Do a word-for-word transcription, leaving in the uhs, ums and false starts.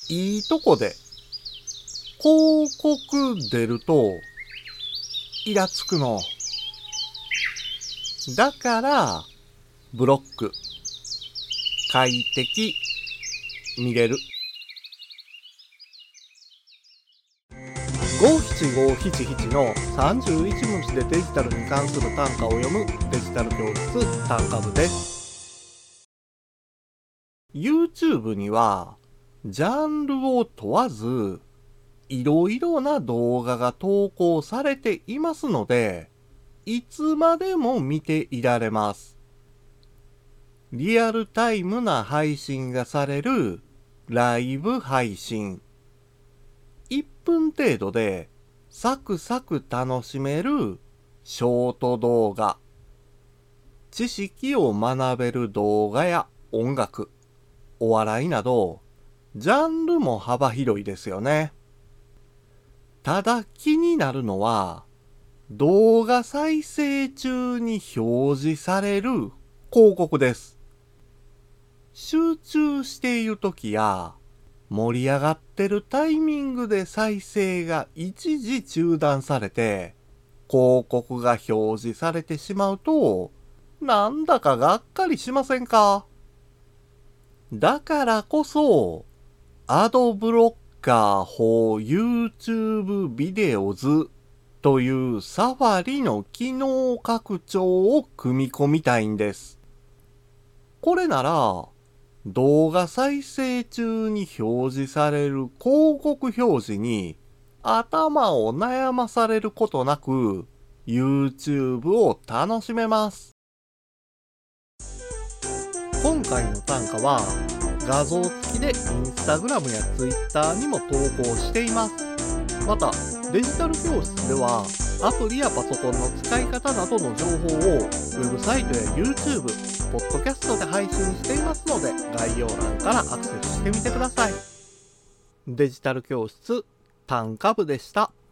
いいとこで広告出るとイラつくの。だからブロック快適見れる。ごしちごしちしちのさんじゅういち文字でデジタルに関する単価を読むデジタル教室単価部です。 YouTube にはジャンルを問わずいろいろな動画が投稿されていますので、いつまでも見ていられます。リアルタイムな配信がされるライブ配信。いっぷん程度でサクサク楽しめるショート動画。知識を学べる動画や音楽、お笑いなど、ジャンルも幅広いですよね。ただ気になるのは、動画再生中に表示される広告です。集中しているときや、盛り上がってるタイミングで再生が一時中断されて、広告が表示されてしまうと、なんだかがっかりしませんか？だからこそ、アドブロッカー for YouTube Videos というサファリの機能拡張を組み込みたいんです。これなら、動画再生中に表示される広告表示に頭を悩まされることなく YouTube を楽しめます。今回の単価は画像付きで Instagram や Twitter にも投稿しています。またデジタル教室ではアプリやパソコンの使い方などの情報をウェブサイトや YouTube、ポッドキャストで配信していますので概要欄からアクセスしてみてください。デジタル教室単価部でした。